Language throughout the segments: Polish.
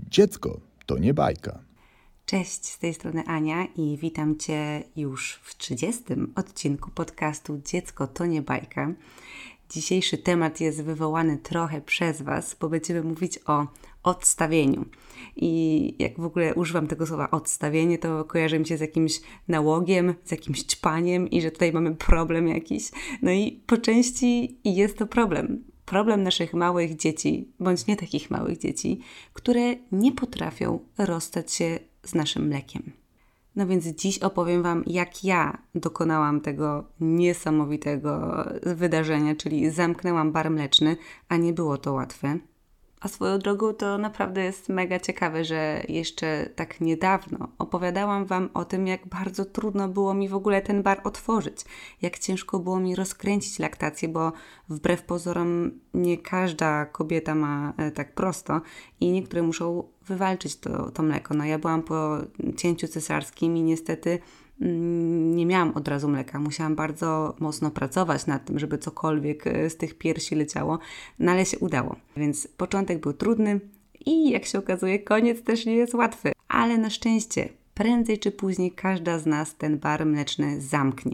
Dziecko to nie bajka. Cześć, z tej strony Ania i witam Cię już w 30. odcinku podcastu Dziecko to nie bajka. Dzisiejszy temat jest wywołany trochę przez Was, bo będziemy mówić o odstawieniu. I jak w ogóle używam tego słowa odstawienie, to kojarzy mi się z jakimś nałogiem, z jakimś ćpaniem i że tutaj mamy problem jakiś. No i po części jest to problem. Problem naszych małych dzieci, bądź nie takich małych dzieci, które nie potrafią rozstać się z naszym mlekiem. No więc dziś opowiem Wam, jak ja dokonałam tego niesamowitego wydarzenia, czyli zamknęłam bar mleczny, a nie było to łatwe. A swoją drogą to naprawdę jest mega ciekawe, że jeszcze tak niedawno opowiadałam Wam o tym, jak bardzo trudno było mi w ogóle ten bar otworzyć, jak ciężko było mi rozkręcić laktację, bo wbrew pozorom nie każda kobieta ma tak prosto i niektóre muszą wywalczyć to mleko. No ja byłam po cięciu cesarskim i niestety nie miałam od razu mleka. Musiałam bardzo mocno pracować nad tym, żeby cokolwiek z tych piersi leciało, no ale się udało. Więc początek był trudny i jak się okazuje, koniec też nie jest łatwy. Ale na szczęście prędzej czy później każda z nas ten bar mleczny zamknie.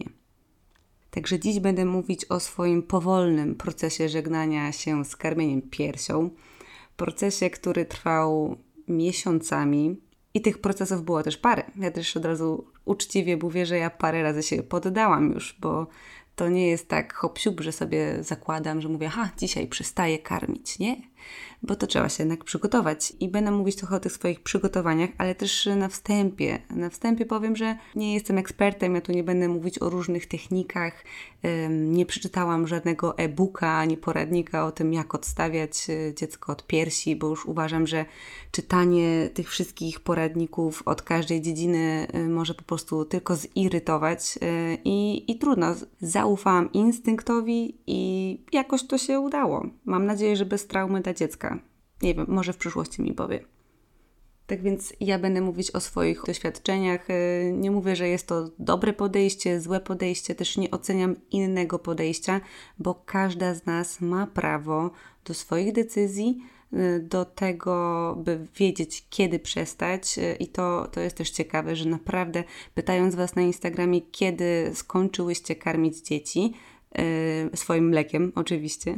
Także dziś będę mówić o swoim powolnym procesie żegnania się z karmieniem piersią. Procesie, który trwał miesiącami. I tych procesów było też parę. Ja też od razu uczciwie mówię, że ja parę razy się poddałam już, bo to nie jest tak hop-siup, że sobie zakładam, że mówię, dzisiaj przestaję karmić, nie? Bo to trzeba się jednak przygotować. I będę mówić trochę o tych swoich przygotowaniach, ale też na wstępie. Na wstępie powiem, że nie jestem ekspertem, ja tu nie będę mówić o różnych technikach. Nie przeczytałam żadnego e-booka ani poradnika o tym, jak odstawiać dziecko od piersi, bo już uważam, że czytanie tych wszystkich poradników od każdej dziedziny może po prostu tylko zirytować i trudno. Zaufałam instynktowi i jakoś to się udało. Mam nadzieję, że bez traumy dla dziecka. Nie wiem, może w przyszłości mi powie. Tak więc ja będę mówić o swoich doświadczeniach. Nie mówię, że jest to dobre podejście, złe podejście. Też nie oceniam innego podejścia, bo każda z nas ma prawo do swoich decyzji, do tego, by wiedzieć, kiedy przestać. I to jest też ciekawe, że naprawdę pytając Was na Instagramie, kiedy skończyłyście karmić dzieci, swoim mlekiem oczywiście,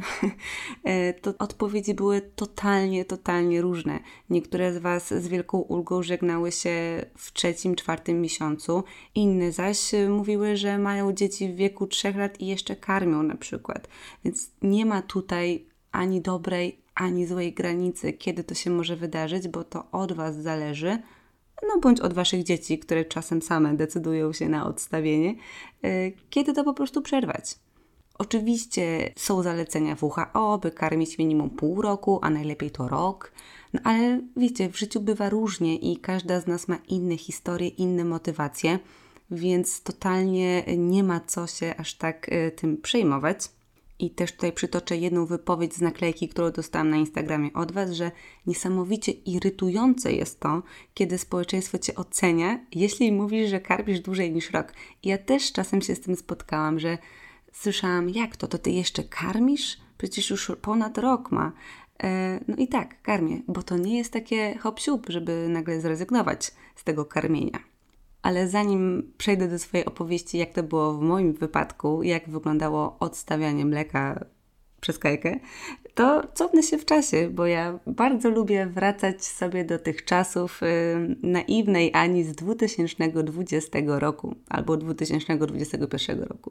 to odpowiedzi były totalnie różne. Niektóre z Was z wielką ulgą żegnały się w 3., 4. miesiącu, inne zaś mówiły, że mają dzieci w wieku 3 lat i jeszcze karmią na przykład. Więc nie ma tutaj ani dobrej, ani złej granicy, kiedy to się może wydarzyć, bo to od Was zależy, bądź od Waszych dzieci, które czasem same decydują się na odstawienie, kiedy to po prostu przerwać. Oczywiście są zalecenia WHO, by karmić minimum pół roku, a najlepiej to rok. No ale wiecie, w życiu bywa różnie i każda z nas ma inne historie, inne motywacje, więc totalnie nie ma co się aż tak tym przejmować. I też tutaj przytoczę jedną wypowiedź z naklejki, którą dostałam na Instagramie od Was, że niesamowicie irytujące jest to, kiedy społeczeństwo Cię ocenia, jeśli mówisz, że karmisz dłużej niż rok. I ja też czasem się z tym spotkałam, że słyszałam, jak to Ty jeszcze karmisz? Przecież już ponad rok ma. No i tak, karmię, bo to nie jest takie hop-siup, żeby nagle zrezygnować z tego karmienia. Ale zanim przejdę do swojej opowieści, jak to było w moim wypadku, jak wyglądało odstawianie mleka przez Kajkę, to cofnę się w czasie, bo ja bardzo lubię wracać sobie do tych czasów naiwnej Ani z 2020 roku albo 2021 roku.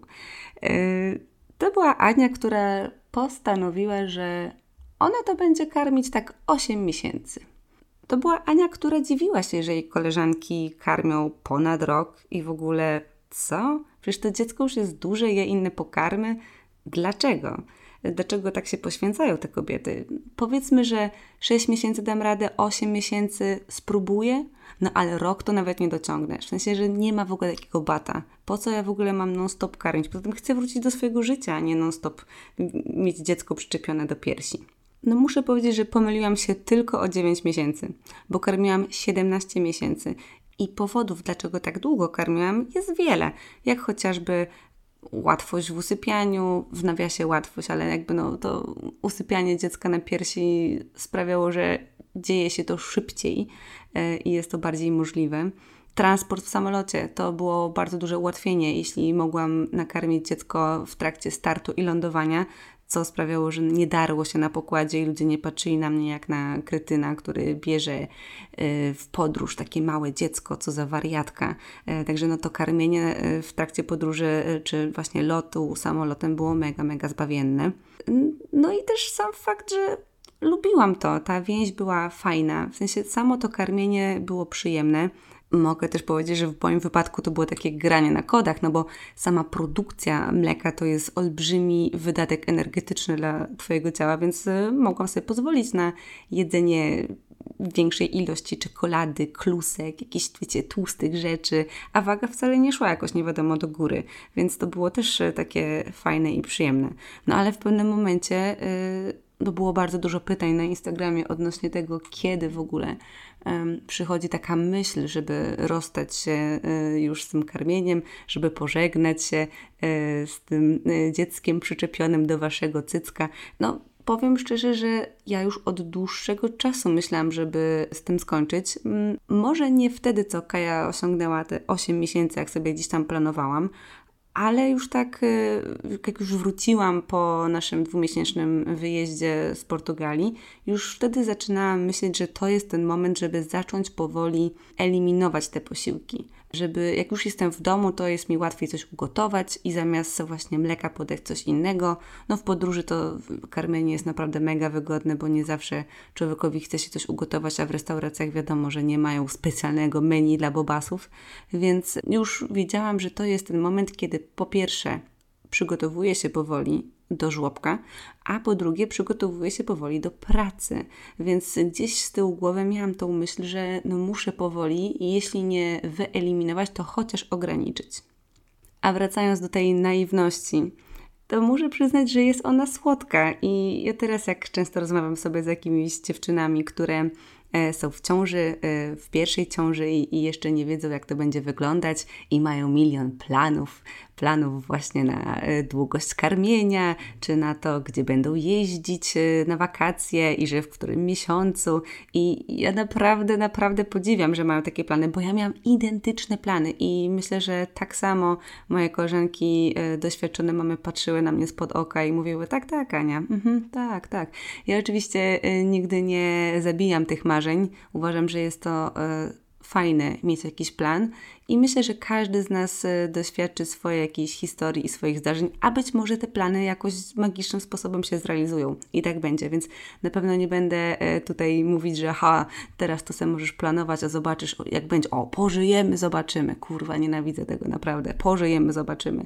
To była Ania, która postanowiła, że ona to będzie karmić tak 8 miesięcy. To była Ania, która dziwiła się, że jej koleżanki karmią ponad rok i w ogóle co? Przecież to dziecko już jest duże, je inne pokarmy. Dlaczego? Dlaczego tak się poświęcają te kobiety? Powiedzmy, że 6 miesięcy dam radę, 8 miesięcy spróbuję, no ale rok to nawet nie dociągnę. W sensie, że nie ma w ogóle takiego bata. Po co ja w ogóle mam non-stop karmić? Poza tym chcę wrócić do swojego życia, a nie non-stop mieć dziecko przyczepione do piersi. No muszę powiedzieć, że pomyliłam się tylko o 9 miesięcy, bo karmiłam 17 miesięcy. I powodów, dlaczego tak długo karmiłam, jest wiele. Jak chociażby łatwość w usypianiu, w nawiasie łatwość, ale to usypianie dziecka na piersi sprawiało, że dzieje się to szybciej i jest to bardziej możliwe. Transport w samolocie to było bardzo duże ułatwienie, jeśli mogłam nakarmić dziecko w trakcie startu i lądowania, co sprawiało, że nie darło się na pokładzie i ludzie nie patrzyli na mnie jak na kretyna, który bierze w podróż takie małe dziecko, co za wariatka. Także to karmienie w trakcie podróży czy właśnie lotu samolotem było mega, mega zbawienne. No i też sam fakt, że lubiłam to. Ta więź była fajna. W sensie samo to karmienie było przyjemne. Mogę też powiedzieć, że w moim wypadku to było takie granie na kodach, bo sama produkcja mleka to jest olbrzymi wydatek energetyczny dla Twojego ciała, więc mogłam sobie pozwolić na jedzenie większej ilości czekolady, klusek, jakichś, tłustych rzeczy, a waga wcale nie szła jakoś nie wiadomo do góry, więc to było też takie fajne i przyjemne. No ale w pewnym momencie było bardzo dużo pytań na Instagramie odnośnie tego, kiedy w ogóle przychodzi taka myśl, żeby rozstać się już z tym karmieniem, żeby pożegnać się z tym dzieckiem przyczepionym do waszego cycka. Powiem szczerze, że ja już od dłuższego czasu myślałam, żeby z tym skończyć. Może nie wtedy, co Kaja osiągnęła te 8 miesięcy, jak sobie gdzieś tam planowałam, ale już tak, jak już wróciłam po naszym 2-miesięcznym wyjeździe z Portugalii, już wtedy zaczynałam myśleć, że to jest ten moment, żeby zacząć powoli eliminować te posiłki. Żeby jak już jestem w domu, to jest mi łatwiej coś ugotować i zamiast właśnie mleka podać coś innego. W podróży to karmienie jest naprawdę mega wygodne, bo nie zawsze człowiekowi chce się coś ugotować, a w restauracjach wiadomo, że nie mają specjalnego menu dla bobasów. Więc już wiedziałam, że to jest ten moment, kiedy po pierwsze przygotowuję się powoli do żłobka, a po drugie przygotowuję się powoli do pracy. Więc gdzieś z tyłu głowy miałam tą myśl, że muszę powoli i jeśli nie wyeliminować, to chociaż ograniczyć. A wracając do tej naiwności, to muszę przyznać, że jest ona słodka i ja teraz jak często rozmawiam sobie z jakimiś dziewczynami, które są w ciąży, w pierwszej ciąży i jeszcze nie wiedzą, jak to będzie wyglądać i mają milion planów właśnie na długość karmienia, czy na to, gdzie będą jeździć na wakacje i że w którym miesiącu. I ja naprawdę podziwiam, że mają takie plany, bo ja miałam identyczne plany i myślę, że tak samo moje koleżanki doświadczone mamy patrzyły na mnie spod oka i mówiły, tak Ania, tak. Ja oczywiście nigdy nie zabijam tych marzeń. Uważam, że jest to fajne mieć jakiś plan i myślę, że każdy z nas doświadczy swojej jakiejś historii i swoich zdarzeń, a być może te plany jakoś magicznym sposobem się zrealizują i tak będzie, więc na pewno nie będę tutaj mówić, że teraz to sobie możesz planować, a zobaczysz jak będzie, pożyjemy, zobaczymy, kurwa nienawidzę tego naprawdę, pożyjemy, zobaczymy.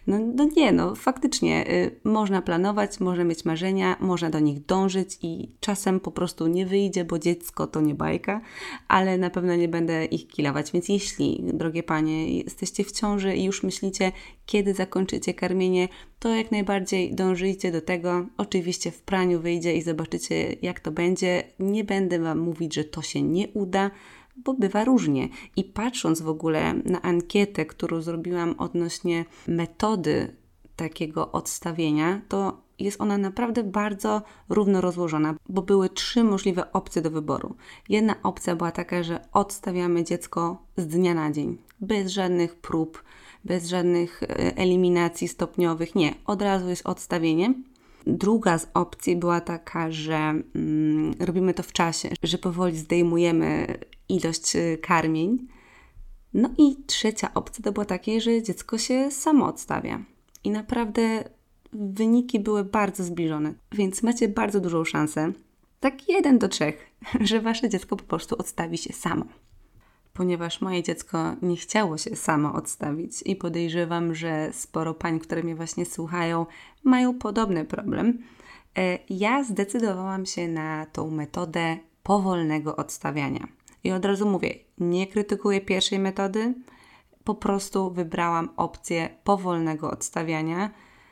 Faktycznie można planować, można mieć marzenia, można do nich dążyć i czasem po prostu nie wyjdzie, bo dziecko to nie bajka, ale na pewno nie będę ich kilować, więc jeśli, drogie panie, jesteście w ciąży i już myślicie, kiedy zakończycie karmienie, to jak najbardziej dążyjcie do tego. Oczywiście w praniu wyjdzie i zobaczycie, jak to będzie. Nie będę Wam mówić, że to się nie uda, bo bywa różnie. I patrząc w ogóle na ankietę, którą zrobiłam odnośnie metody takiego odstawienia, to jest ona naprawdę bardzo równo rozłożona, bo były 3 możliwe opcje do wyboru. Jedna opcja była taka, że odstawiamy dziecko z dnia na dzień, bez żadnych prób, bez żadnych eliminacji stopniowych. Nie, od razu jest odstawienie. Druga z opcji była taka, że robimy to w czasie, że powoli zdejmujemy ilość karmień. No i trzecia opcja to była takie, że dziecko się samo odstawia. I naprawdę wyniki były bardzo zbliżone, więc macie bardzo dużą szansę, tak 1:3, że Wasze dziecko po prostu odstawi się samo. Ponieważ moje dziecko nie chciało się samo odstawić i podejrzewam, że sporo pań, które mnie właśnie słuchają, mają podobny problem, ja zdecydowałam się na tą metodę powolnego odstawiania. I od razu mówię, nie krytykuję pierwszej metody, po prostu wybrałam opcję powolnego odstawiania,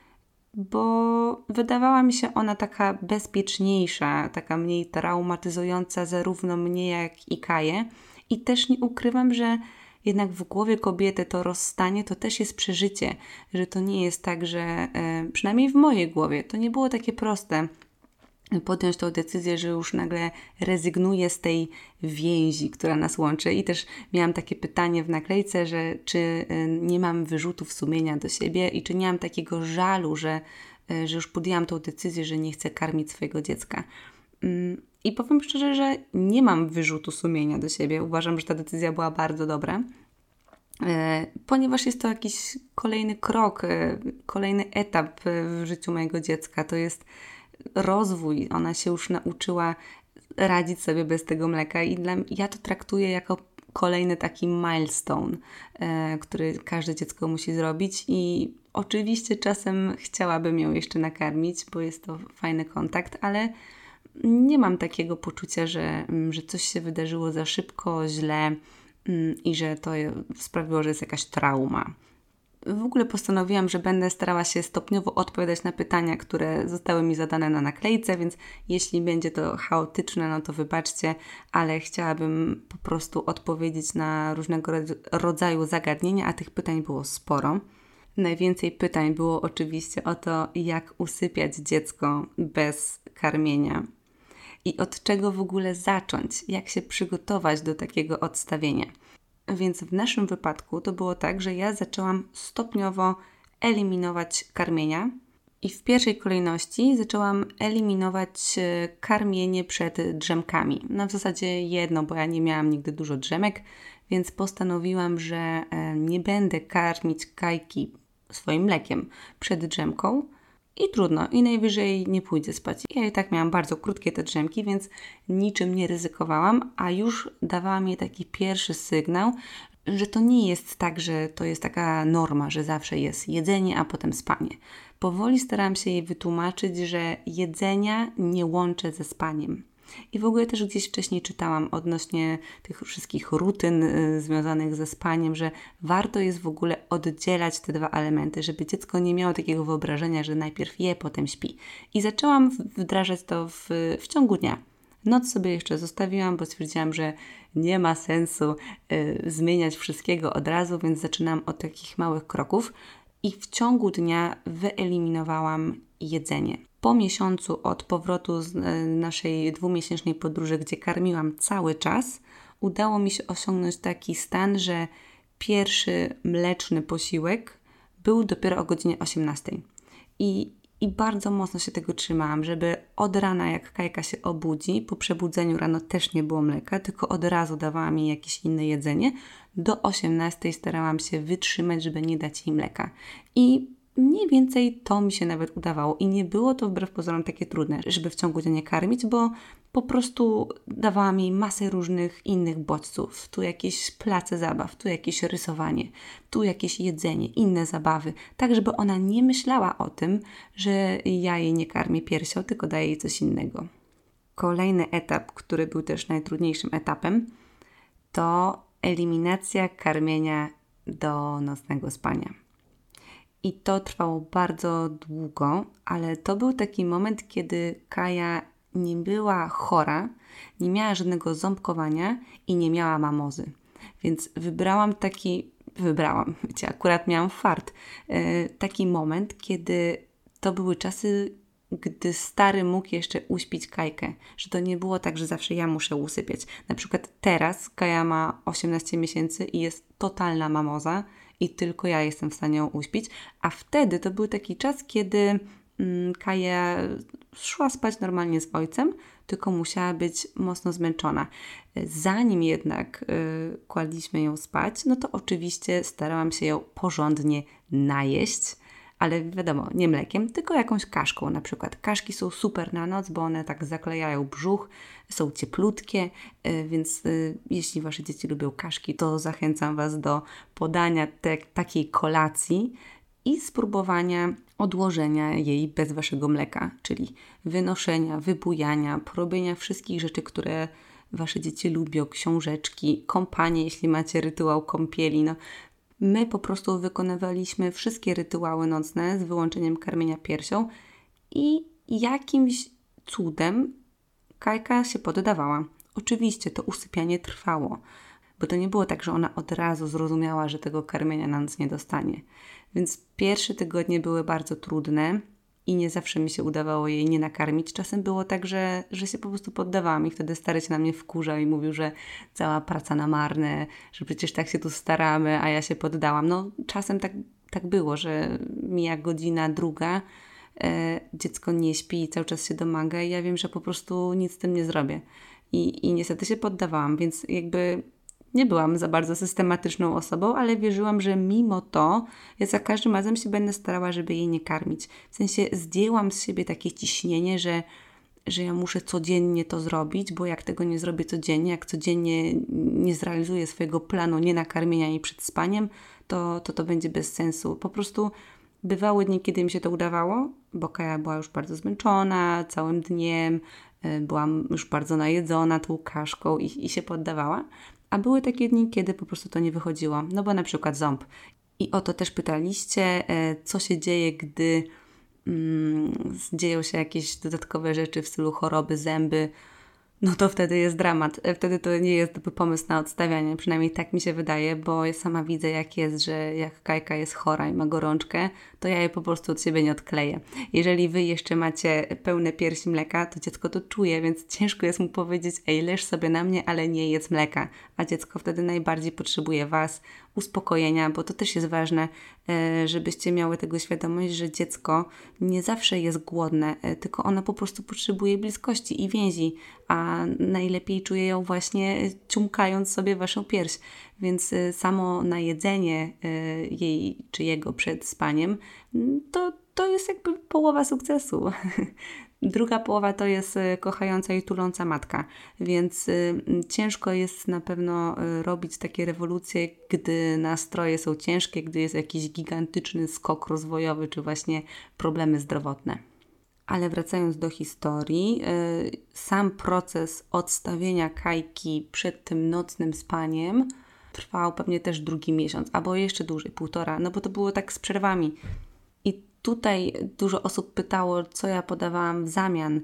bo wydawała mi się ona taka bezpieczniejsza, taka mniej traumatyzująca zarówno mnie, jak i Kaję. I też nie ukrywam, że jednak w głowie kobiety to rozstanie to też jest przeżycie, że to nie jest tak, że przynajmniej w mojej głowie to nie było takie proste, podjąć tą decyzję, że już nagle rezygnuję z tej więzi, która nas łączy. I też miałam takie pytanie w naklejce, że czy nie mam wyrzutów sumienia do siebie i czy nie mam takiego żalu, że już podjęłam tą decyzję, że nie chcę karmić swojego dziecka. I powiem szczerze, że nie mam wyrzutu sumienia do siebie. Uważam, że ta decyzja była bardzo dobra, ponieważ jest to jakiś kolejny krok, kolejny etap w życiu mojego dziecka. To jest rozwój. Ona się już nauczyła radzić sobie bez tego mleka i ja to traktuję jako kolejny taki milestone, który każde dziecko musi zrobić i oczywiście czasem chciałabym ją jeszcze nakarmić, bo jest to fajny kontakt, ale nie mam takiego poczucia, że coś się wydarzyło za szybko, źle i że to sprawiło, że jest jakaś trauma. W ogóle postanowiłam, że będę starała się stopniowo odpowiadać na pytania, które zostały mi zadane na naklejce, więc jeśli będzie to chaotyczne, no to wybaczcie, ale chciałabym po prostu odpowiedzieć na różnego rodzaju zagadnienia, a tych pytań było sporo. Najwięcej pytań było oczywiście o to, jak usypiać dziecko bez karmienia i od czego w ogóle zacząć, jak się przygotować do takiego odstawienia. Więc w naszym wypadku to było tak, że ja zaczęłam stopniowo eliminować karmienia i w pierwszej kolejności zaczęłam eliminować karmienie przed drzemkami. No w zasadzie jedno, bo ja nie miałam nigdy dużo drzemek, więc postanowiłam, że nie będę karmić Kajki swoim mlekiem przed drzemką i trudno, i najwyżej nie pójdzie spać. Ja i tak miałam bardzo krótkie te drzemki, więc niczym nie ryzykowałam, a już dawałam jej taki pierwszy sygnał, że to nie jest tak, że to jest taka norma, że zawsze jest jedzenie, a potem spanie. Powoli starałam się jej wytłumaczyć, że jedzenia nie łączę ze spaniem. I w ogóle też gdzieś wcześniej czytałam odnośnie tych wszystkich rutyn związanych ze spaniem, że warto jest w ogóle oddzielać te dwa elementy, żeby dziecko nie miało takiego wyobrażenia, że najpierw je, potem śpi. I zaczęłam wdrażać to w ciągu dnia. Noc sobie jeszcze zostawiłam, bo stwierdziłam, że nie ma sensu zmieniać wszystkiego od razu, więc zaczynam od takich małych kroków i w ciągu dnia wyeliminowałam jedzenie. Po miesiącu od powrotu z naszej 2-miesięcznej podróży, gdzie karmiłam cały czas, udało mi się osiągnąć taki stan, że pierwszy mleczny posiłek był dopiero o godzinie 18. I bardzo mocno się tego trzymałam, żeby od rana, jak Kajka się obudzi, po przebudzeniu rano też nie było mleka, tylko od razu dawałam jej jakieś inne jedzenie. Do 18 starałam się wytrzymać, żeby nie dać jej mleka. I mniej więcej to mi się nawet udawało i nie było to wbrew pozorom takie trudne, żeby w ciągu dnia karmić, bo po prostu dawałam jej masę różnych innych bodźców. Tu jakieś place zabaw, tu jakieś rysowanie, tu jakieś jedzenie, inne zabawy, tak żeby ona nie myślała o tym, że ja jej nie karmię piersią, tylko daję jej coś innego. Kolejny etap, który był też najtrudniejszym etapem, to eliminacja karmienia do nocnego spania. I to trwało bardzo długo, ale to był taki moment, kiedy Kaja nie była chora, nie miała żadnego ząbkowania i nie miała mamozy. Więc wiecie, akurat miałam fart. Taki moment, kiedy to były czasy, gdy stary mógł jeszcze uśpić Kajkę, że to nie było tak, że zawsze ja muszę usypiać. Na przykład teraz Kaja ma 18 miesięcy i jest totalna mamoza i tylko ja jestem w stanie ją uśpić, a wtedy to był taki czas, kiedy Kaja szła spać normalnie z ojcem, tylko musiała być mocno zmęczona. Zanim jednak kładliśmy ją spać, no to oczywiście starałam się ją porządnie najeść, ale wiadomo, nie mlekiem, tylko jakąś kaszką. Na przykład kaszki są super na noc, bo one tak zaklejają brzuch, są cieplutkie, więc jeśli Wasze dzieci lubią kaszki, to zachęcam Was do podania takiej kolacji i spróbowania odłożenia jej bez Waszego mleka, czyli wynoszenia, wybujania, porobienia wszystkich rzeczy, które Wasze dzieci lubią, książeczki, kąpanie, jeśli macie rytuał kąpieli. No, my po prostu wykonywaliśmy wszystkie rytuały nocne z wyłączeniem karmienia piersią i jakimś cudem Kajka się poddawała. Oczywiście to usypianie trwało, bo to nie było tak, że ona od razu zrozumiała, że tego karmienia na noc nie dostanie. Więc pierwsze tygodnie były bardzo trudne i nie zawsze mi się udawało jej nie nakarmić. Czasem było tak, że się po prostu poddawałam i wtedy stary się na mnie wkurzał i mówił, że cała praca na marne, że przecież tak się tu staramy, a ja się poddałam. No czasem tak było, że mija godzina, druga, dziecko nie śpi i cały czas się domaga i ja wiem, że po prostu nic z tym nie zrobię. I niestety się poddawałam, więc jakby nie byłam za bardzo systematyczną osobą, ale wierzyłam, że mimo to ja za każdym razem się będę starała, żeby jej nie karmić. W sensie zdjęłam z siebie takie ciśnienie, że ja muszę codziennie to zrobić, bo jak tego nie zrobię codziennie, jak codziennie nie zrealizuję swojego planu nie nakarmienia jej przed spaniem, to będzie bez sensu. Po prostu bywały dni, kiedy mi się to udawało, bo Kaja była już bardzo zmęczona całym dniem, byłam już bardzo najedzona tą kaszką i się poddawała. A były takie dni, kiedy po prostu to nie wychodziło. No bo na przykład ząb. I o to też pytaliście, co się dzieje, gdy dzieją się jakieś dodatkowe rzeczy w stylu choroby, zęby. No to wtedy jest dramat. Wtedy to nie jest dobry pomysł na odstawianie. Przynajmniej tak mi się wydaje, bo ja sama widzę jak jest, że jak Kajka jest chora i ma gorączkę, to ja jej po prostu od siebie nie odkleję. Jeżeli Wy jeszcze macie pełne piersi mleka, to dziecko to czuje, więc ciężko jest mu powiedzieć: ej, leż sobie na mnie, ale nie jedz mleka. A dziecko wtedy najbardziej potrzebuje Was, uspokojenia, bo to też jest ważne, żebyście miały tego świadomość, że dziecko nie zawsze jest głodne, tylko ono po prostu potrzebuje bliskości i więzi, a najlepiej czuje ją właśnie ciumkając sobie Waszą pierś. Więc samo najedzenie jej czy jego przed spaniem to jest jakby połowa sukcesu. Druga połowa to jest kochająca i tuląca matka, więc ciężko jest na pewno robić takie rewolucje, gdy nastroje są ciężkie, gdy jest jakiś gigantyczny skok rozwojowy, czy właśnie problemy zdrowotne. Ale wracając do historii, sam proces odstawienia Kajki przed tym nocnym spaniem trwał pewnie też drugi miesiąc, albo jeszcze dłużej, 1,5, no bo to było tak z przerwami. I tutaj dużo osób pytało, co ja podawałam w zamian.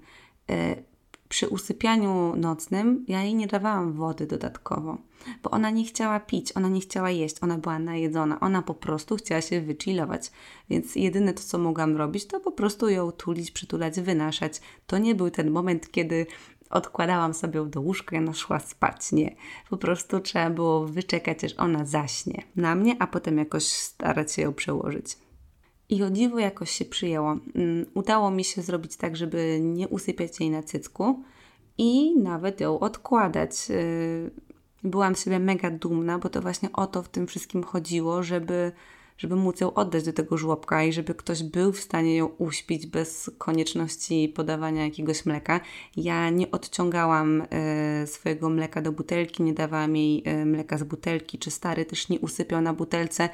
Przy usypianiu nocnym ja jej nie dawałam wody dodatkowo, bo ona nie chciała pić, ona nie chciała jeść, ona była najedzona, ona po prostu chciała się wychillować. Więc jedyne to, co mogłam robić, to po prostu ją tulić, przytulać, wynaszać. To nie był ten moment, kiedy odkładałam sobie ją do łóżka i ona szła spać. Nie. Po prostu trzeba było wyczekać, aż ona zaśnie na mnie, a potem jakoś starać się ją przełożyć. I o dziwo jakoś się przyjęło. Udało mi się zrobić tak, żeby nie usypiać jej na cycku i nawet ją odkładać. Byłam z siebie mega dumna, bo to właśnie o to w tym wszystkim chodziło, żeby móc ją oddać do tego żłobka i żeby ktoś był w stanie ją uśpić bez konieczności podawania jakiegoś mleka. Ja nie odciągałam swojego mleka do butelki, nie dawałam jej mleka z butelki, czy stary też nie usypiał na butelce,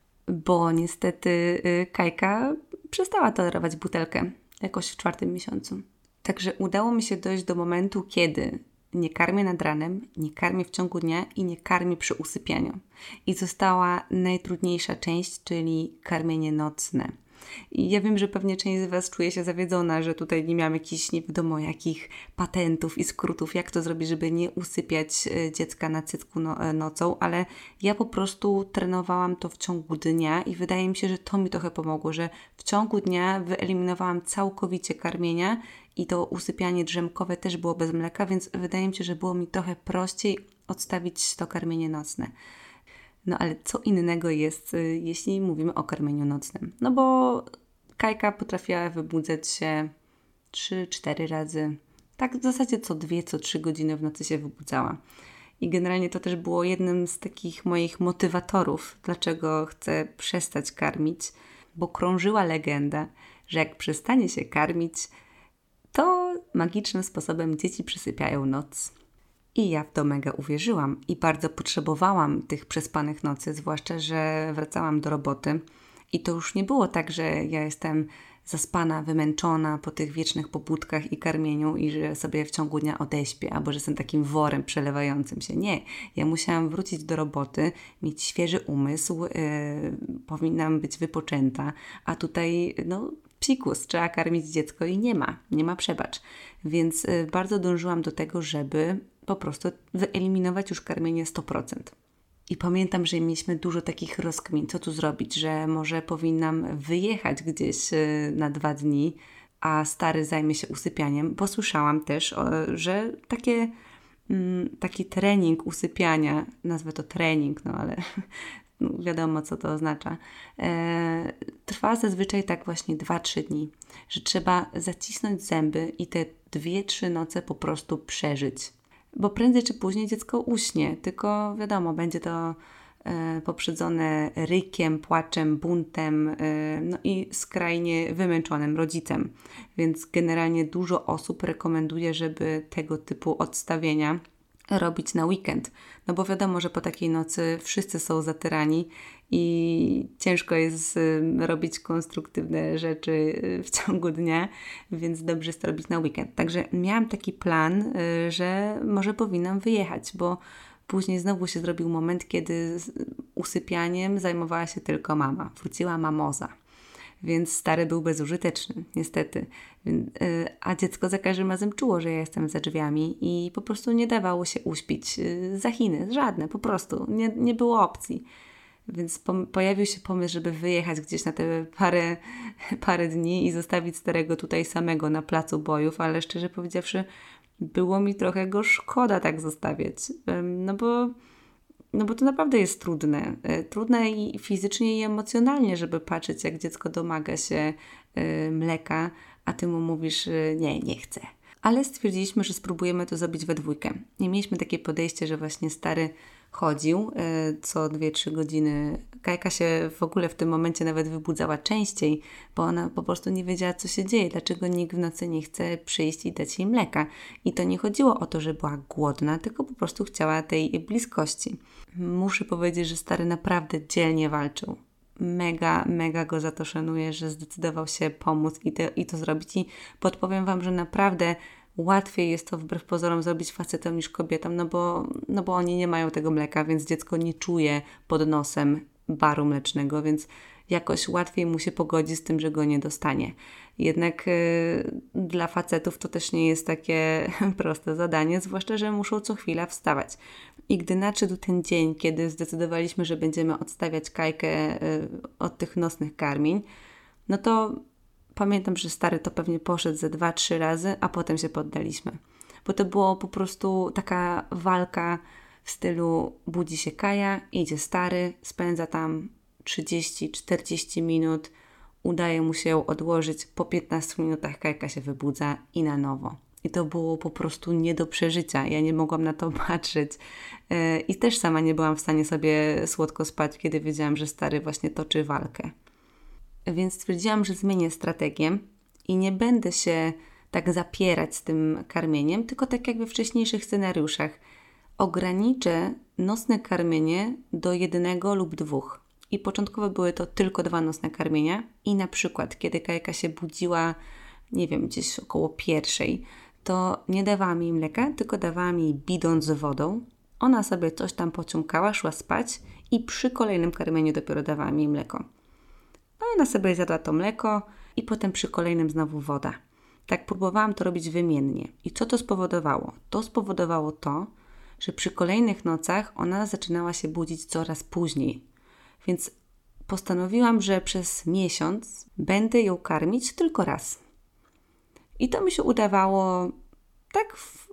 bo niestety Kajka przestała tolerować butelkę jakoś w 4. miesiącu. Także udało mi się dojść do momentu, kiedy nie karmię nad ranem, nie karmię w ciągu dnia i nie karmię przy usypianiu. I została najtrudniejsza część, czyli karmienie nocne. I ja wiem, że pewnie część z Was czuje się zawiedzona, że tutaj nie miałam jakichś nie wiadomo jakich patentów i skrótów, jak to zrobić, żeby nie usypiać dziecka na cycku nocą, ale ja po prostu trenowałam to w ciągu dnia i wydaje mi się, że to mi trochę pomogło, że w ciągu dnia wyeliminowałam całkowicie karmienia i to usypianie drzemkowe też było bez mleka, więc wydaje mi się, że było mi trochę prościej odstawić to karmienie nocne. No ale co innego jest, jeśli mówimy o karmieniu nocnym. No bo Kajka potrafiła wybudzać się 3-4 razy. Tak w zasadzie co 2, co 3 godziny w nocy się wybudzała. I generalnie to też było jednym z takich moich motywatorów, dlaczego chcę przestać karmić, bo krążyła legenda, że jak przestanie się karmić, to magicznym sposobem dzieci przysypiają noc. I ja w to mega uwierzyłam i bardzo potrzebowałam tych przespanych nocy, zwłaszcza, że wracałam do roboty i to już nie było tak, że ja jestem zaspana, wymęczona po tych wiecznych pobudkach i karmieniu i że sobie w ciągu dnia odeśpię, albo że jestem takim worem przelewającym się. Nie, ja musiałam wrócić do roboty, mieć świeży umysł, powinnam być wypoczęta, a tutaj psikus, trzeba karmić dziecko i nie ma przebacz. Więc bardzo dążyłam do tego, żeby po prostu wyeliminować już karmienie 100%. I pamiętam, że mieliśmy dużo takich rozkmin, co tu zrobić, że może powinnam wyjechać gdzieś na 2 dni, a stary zajmie się usypianiem, bo słyszałam też, że taki trening usypiania, nazwę to trening, no ale no wiadomo, co to oznacza, trwa zazwyczaj tak właśnie 2-3 dni, że trzeba zacisnąć zęby i te 2-3 noce po prostu przeżyć. Bo prędzej czy później dziecko uśnie, tylko wiadomo, będzie to poprzedzone rykiem, płaczem, buntem, no i skrajnie wymęczonym rodzicem. Więc generalnie dużo osób rekomenduje, żeby tego typu odstawienia robić na weekend. No bo wiadomo, że po takiej nocy wszyscy są zatyrani i ciężko jest robić konstruktywne rzeczy w ciągu dnia, więc dobrze jest to robić na weekend. Także miałam taki plan, że może powinnam wyjechać, bo później znowu się zrobił moment, kiedy usypianiem zajmowała się tylko mama. Wróciła mamoza. Więc stary był bezużyteczny, niestety. A dziecko za każdym razem czuło, że ja jestem za drzwiami i po prostu nie dawało się uśpić. Za Chiny, żadne, po prostu. Nie było opcji. Więc pojawił się pomysł, żeby wyjechać gdzieś na te parę dni i zostawić starego tutaj samego na placu bojów, ale szczerze powiedziawszy, było mi trochę go szkoda tak zostawiać. No bo to naprawdę jest trudne. Trudne i fizycznie i emocjonalnie, żeby patrzeć, jak dziecko domaga się mleka, a ty mu mówisz, nie chcę. Ale stwierdziliśmy, że spróbujemy to zrobić we dwójkę. I mieliśmy takie podejście, że właśnie stary chodził co 2-3 godziny. Kajka się w ogóle w tym momencie nawet wybudzała częściej, bo ona po prostu nie wiedziała, co się dzieje, dlaczego nikt w nocy nie chce przyjść i dać jej mleka. I to nie chodziło o to, że była głodna, tylko po prostu chciała tej bliskości. Muszę powiedzieć, że stary naprawdę dzielnie walczył. Mega go za to szanuję, że zdecydował się pomóc i to zrobić. I podpowiem Wam, że naprawdę łatwiej jest to wbrew pozorom zrobić facetom niż kobietom, no bo oni nie mają tego mleka, więc dziecko nie czuje pod nosem baru mlecznego, więc jakoś łatwiej mu się pogodzi z tym, że go nie dostanie. Jednak dla facetów to też nie jest takie proste zadanie, zwłaszcza, że muszą co chwila wstawać. I gdy nadszedł ten dzień, kiedy zdecydowaliśmy, że będziemy odstawiać Kajkę od tych nosnych karmień, no to pamiętam, że stary to pewnie poszedł ze 2-3 razy, a potem się poddaliśmy. Bo to było po prostu taka walka w stylu budzi się Kaja, idzie stary, spędza tam 30-40 minut, udaje mu się ją odłożyć, po 15 minutach Kajka się wybudza i na nowo. I to było po prostu nie do przeżycia. Ja nie mogłam na to patrzeć. I też sama nie byłam w stanie sobie słodko spać, kiedy wiedziałam, że stary właśnie toczy walkę. Więc stwierdziłam, że zmienię strategię i nie będę się tak zapierać z tym karmieniem, tylko tak jak we wcześniejszych scenariuszach. Ograniczę nocne karmienie do 1 lub 2. I początkowo były to tylko 2 nocne karmienia i na przykład, kiedy Kajka się budziła, nie wiem, gdzieś około 1:00, to nie dawałam jej mleka, tylko dawałam jej bidon z wodą. Ona sobie coś tam pociąkała, szła spać i przy kolejnym karmieniu dopiero dawałam jej mleko. A ona sobie zjadła to mleko i potem przy kolejnym znowu woda. Tak próbowałam to robić wymiennie. I co to spowodowało? To spowodowało to, że przy kolejnych nocach ona zaczynała się budzić coraz później. Więc postanowiłam, że przez miesiąc będę ją karmić tylko raz. I to mi się udawało tak w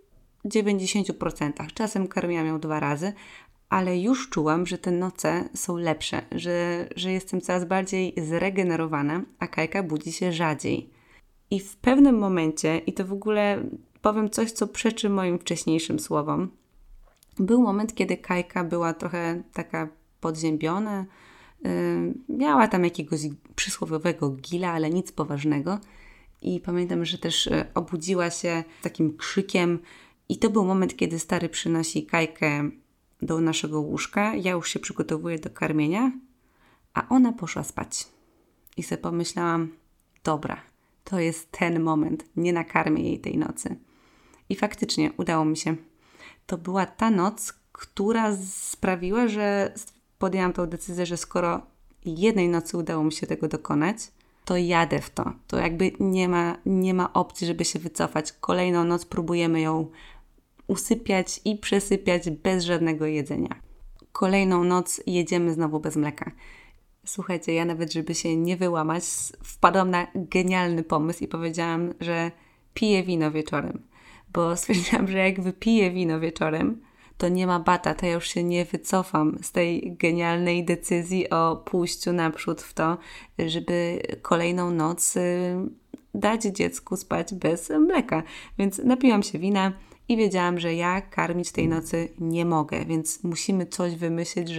90%. Czasem karmiłam ją 2 razy, ale już czułam, że te noce są lepsze, że jestem coraz bardziej zregenerowana, a Kajka budzi się rzadziej. I w pewnym momencie, i to w ogóle powiem coś, co przeczy moim wcześniejszym słowom, był moment, kiedy Kajka była trochę taka podziębiona, miała tam jakiegoś przysłowiowego gila, ale nic poważnego. I pamiętam, że też obudziła się takim krzykiem i to był moment, kiedy stary przynosi Kajkę do naszego łóżka. Ja już się przygotowuję do karmienia, a ona poszła spać. I sobie pomyślałam, dobra, to jest ten moment, nie nakarmię jej tej nocy. I faktycznie udało mi się. To była ta noc, która sprawiła, że podjęłam tą decyzję, że skoro jednej nocy udało mi się tego dokonać, to jadę w to. To jakby nie ma opcji, żeby się wycofać. Kolejną noc próbujemy ją usypiać i przesypiać bez żadnego jedzenia. kolejną noc jedziemy znowu bez mleka. Słuchajcie, ja nawet, żeby się nie wyłamać, wpadłam na genialny pomysł i powiedziałam, że piję wino wieczorem. Bo stwierdziłam, że jak wypiję wino wieczorem, to nie ma bata, to ja już się nie wycofam z tej genialnej decyzji o pójściu naprzód w to, żeby kolejną noc dać dziecku spać bez mleka. Więc napiłam się wina i wiedziałam, że ja karmić tej nocy nie mogę, więc musimy coś wymyślić,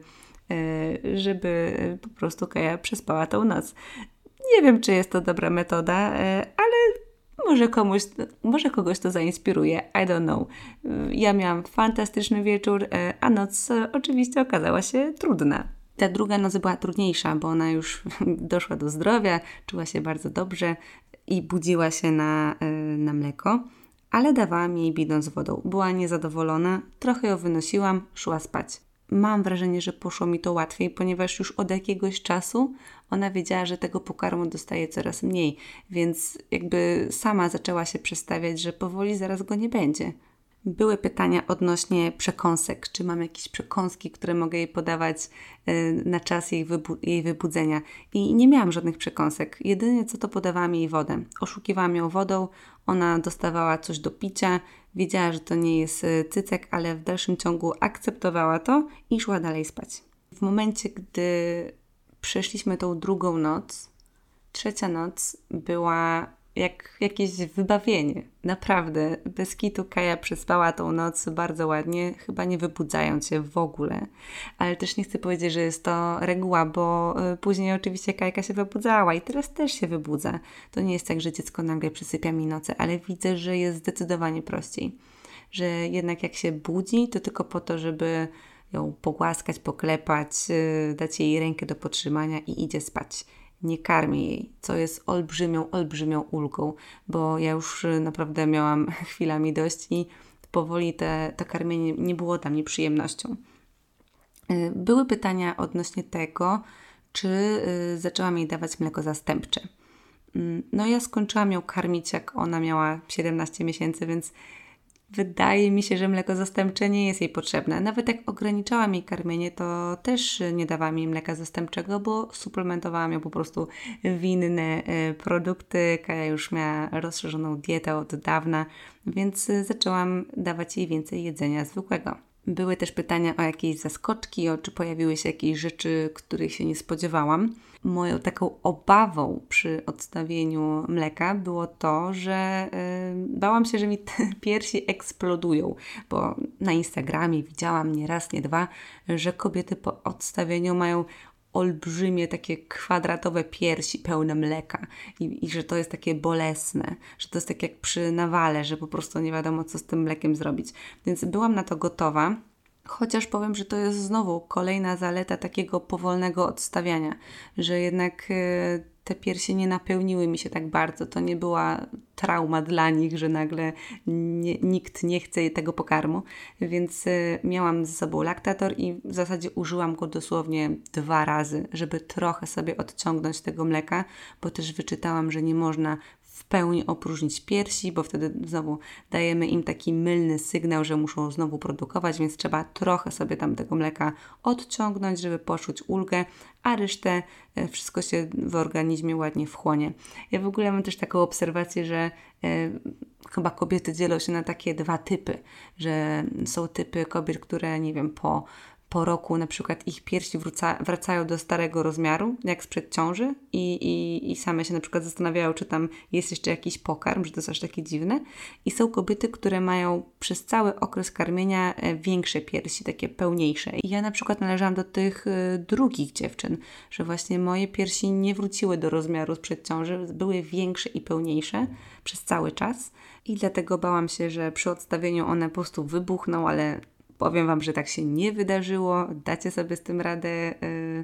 żeby po prostu Kaja przespała tą noc. Nie wiem, czy jest to dobra metoda, ale może kogoś to zainspiruje. I don't know. Ja miałam fantastyczny wieczór, a noc oczywiście okazała się trudna. Ta druga noc była trudniejsza, bo ona już doszła do zdrowia, czuła się bardzo dobrze i budziła się na mleko, ale dawałam jej bidon z wodą. Była niezadowolona, trochę ją wynosiłam, szła spać. Mam wrażenie, że poszło mi to łatwiej, ponieważ już od jakiegoś czasu ona wiedziała, że tego pokarmu dostaje coraz mniej, więc jakby sama zaczęła się przestawiać, że powoli zaraz go nie będzie. Były pytania odnośnie przekąsek, czy mam jakieś przekąski, które mogę jej podawać na czas jej wybudzenia. I nie miałam żadnych przekąsek. Jedynie co to podawałam jej wodę. Oszukiwałam ją wodą, ona dostawała coś do picia, wiedziała, że to nie jest cycek, ale w dalszym ciągu akceptowała to i szła dalej spać. W momencie, gdy przeszliśmy tą drugą noc, trzecia noc była jak jakieś wybawienie. Naprawdę, bez kitu Kaja przespała tą noc bardzo ładnie, chyba nie wybudzając się w ogóle. Ale też nie chcę powiedzieć, że jest to reguła, bo później oczywiście Kajka się wybudzała i teraz też się wybudza. To nie jest tak, że dziecko nagle przysypia mi noce, ale widzę, że jest zdecydowanie prościej. Że jednak jak się budzi, to tylko po to, żeby ją pogłaskać, poklepać, dać jej rękę do podtrzymania i idzie spać. Nie karmię jej, co jest olbrzymią ulgą, bo ja już naprawdę miałam chwilami dość i powoli to karmienie nie było dla mnie przyjemnością. Były pytania odnośnie tego, czy zaczęłam jej dawać mleko zastępcze. No ja skończyłam ją karmić, jak ona miała 17 miesięcy, więc wydaje mi się, że mleko zastępcze nie jest jej potrzebne. Nawet jak ograniczałam jej karmienie, to też nie dawałam jej mleka zastępczego, bo suplementowałam ją po prostu w inne produkty. Kaja już miała rozszerzoną dietę od dawna, więc zaczęłam dawać jej więcej jedzenia zwykłego. Były też pytania o jakieś zaskoczki, czy pojawiły się jakieś rzeczy, których się nie spodziewałam. Moją taką obawą przy odstawieniu mleka było to, że bałam się, że mi te piersi eksplodują, bo na Instagramie widziałam nie raz, nie dwa, że kobiety po odstawieniu mają olbrzymie, takie kwadratowe piersi pełne mleka i że to jest takie bolesne, że to jest tak jak przy nawale, że po prostu nie wiadomo, co z tym mlekiem zrobić. Więc byłam na to gotowa, chociaż powiem, że to jest znowu kolejna zaleta takiego powolnego odstawiania, że jednak te piersi nie napełniły mi się tak bardzo. To nie była trauma dla nich, że nagle nikt nie chce tego pokarmu, więc miałam ze sobą laktator i w zasadzie użyłam go dosłownie 2 razy, żeby trochę sobie odciągnąć tego mleka, bo też wyczytałam, że nie można w pełni opróżnić piersi, bo wtedy znowu dajemy im taki mylny sygnał, że muszą znowu produkować, więc trzeba trochę sobie tam tego mleka odciągnąć, żeby poczuć ulgę, a resztę wszystko się w organizmie ładnie wchłonie. Ja w ogóle mam też taką obserwację, że chyba kobiety dzielą się na takie 2 typy, że są typy kobiet, które nie wiem, po roku na przykład ich piersi wracają do starego rozmiaru, jak sprzed ciąży i same się na przykład zastanawiają, czy tam jest jeszcze jakiś pokarm, że to jest aż takie dziwne. I są kobiety, które mają przez cały okres karmienia większe piersi, takie pełniejsze. I ja na przykład należałam do tych drugich dziewczyn, że właśnie moje piersi nie wróciły do rozmiaru sprzed ciąży, były większe i pełniejsze przez cały czas i dlatego bałam się, że przy odstawieniu one po prostu wybuchną, ale powiem Wam, że tak się nie wydarzyło. Dacie sobie z tym radę.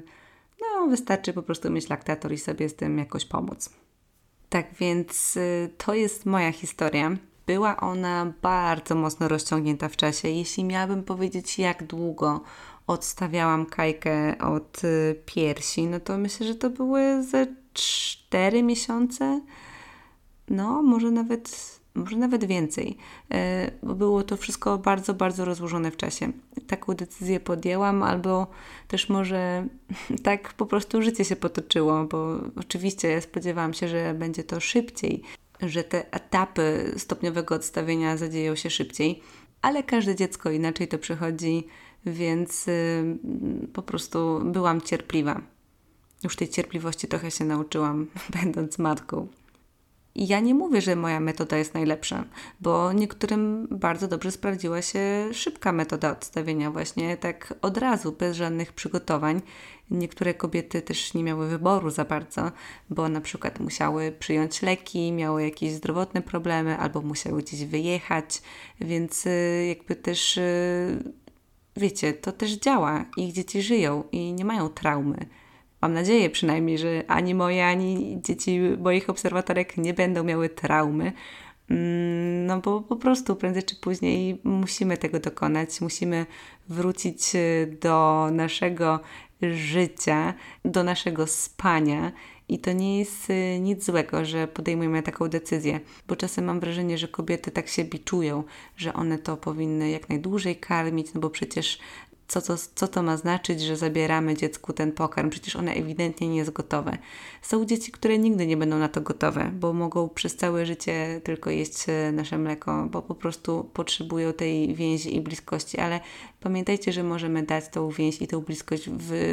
No, wystarczy po prostu mieć laktator i sobie z tym jakoś pomóc. Tak więc to jest moja historia. Była ona bardzo mocno rozciągnięta w czasie. Jeśli miałabym powiedzieć, jak długo odstawiałam Kajkę od piersi, no to myślę, że to były ze 4 miesiące. No, może nawet może nawet więcej, bo było to wszystko bardzo, bardzo rozłożone w czasie. Taką decyzję podjęłam, albo też może tak po prostu życie się potoczyło, bo oczywiście spodziewałam się, że będzie to szybciej, że te etapy stopniowego odstawienia zadzieją się szybciej, ale każde dziecko inaczej to przechodzi, więc po prostu byłam cierpliwa. Już tej cierpliwości trochę się nauczyłam, będąc matką. I ja nie mówię, że moja metoda jest najlepsza, bo niektórym bardzo dobrze sprawdziła się szybka metoda odstawienia, właśnie tak od razu, bez żadnych przygotowań. Niektóre kobiety też nie miały wyboru za bardzo, bo na przykład musiały przyjąć leki, miały jakieś zdrowotne problemy albo musiały gdzieś wyjechać, więc jakby też, wiecie, to też działa. Ich dzieci żyją i nie mają traumy. Mam nadzieję przynajmniej, że ani moje, ani dzieci moich obserwatorek nie będą miały traumy, no bo po prostu prędzej czy później musimy tego dokonać, musimy wrócić do naszego życia, do naszego spania i to nie jest nic złego, że podejmujemy taką decyzję, bo czasem mam wrażenie, że kobiety tak się biczują, że one to powinny jak najdłużej karmić, no bo przecież co to ma znaczyć, że zabieramy dziecku ten pokarm? Przecież one ewidentnie nie jest gotowe. Są dzieci, które nigdy nie będą na to gotowe, bo mogą przez całe życie tylko jeść nasze mleko, bo po prostu potrzebują tej więzi i bliskości, ale pamiętajcie, że możemy dać tą więź i tą bliskość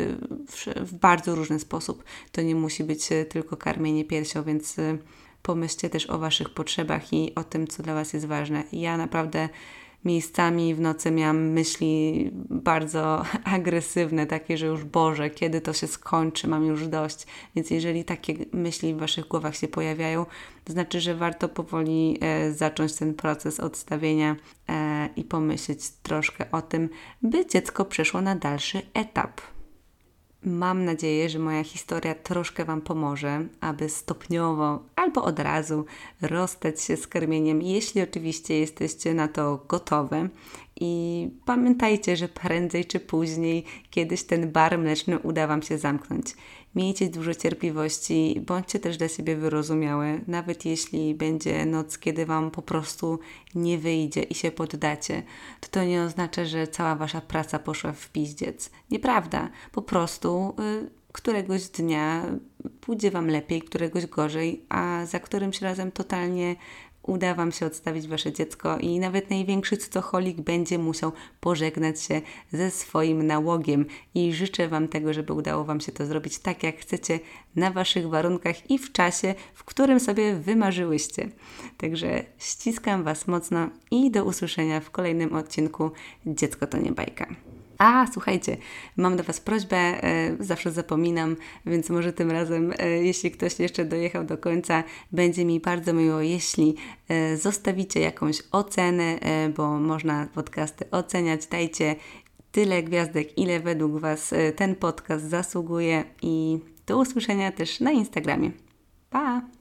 w bardzo różny sposób. To nie musi być tylko karmienie piersią, więc pomyślcie też o Waszych potrzebach i o tym, co dla Was jest ważne. Ja naprawdę miejscami w nocy miałam myśli bardzo agresywne, takie, że już Boże, kiedy to się skończy, mam już dość. Więc jeżeli takie myśli w Waszych głowach się pojawiają, to znaczy, że warto powoli zacząć ten proces odstawienia i pomyśleć troszkę o tym, by dziecko przeszło na dalszy etap. Mam nadzieję, że moja historia troszkę Wam pomoże, aby stopniowo albo od razu rozstać się z karmieniem, jeśli oczywiście jesteście na to gotowe. I pamiętajcie, że prędzej czy później kiedyś ten bar mleczny uda Wam się zamknąć. Miejcie dużo cierpliwości, bądźcie też dla siebie wyrozumiałe, nawet jeśli będzie noc, kiedy Wam po prostu nie wyjdzie i się poddacie, to nie oznacza, że cała Wasza praca poszła w piździec. Nieprawda, po prostu któregoś dnia pójdzie Wam lepiej, któregoś gorzej, a za którymś razem totalnie uda Wam się odstawić Wasze dziecko i nawet największy cytocholik będzie musiał pożegnać się ze swoim nałogiem i życzę Wam tego, żeby udało Wam się to zrobić tak, jak chcecie, na Waszych warunkach i w czasie, w którym sobie wymarzyłyście. Także ściskam Was mocno i do usłyszenia w kolejnym odcinku Dziecko to nie bajka. A, słuchajcie, mam do Was prośbę, zawsze zapominam, więc może tym razem, jeśli ktoś jeszcze dojechał do końca, będzie mi bardzo miło, jeśli zostawicie jakąś ocenę, bo można podcasty oceniać. Dajcie tyle gwiazdek, ile według Was ten podcast zasługuje i do usłyszenia też na Instagramie. Pa!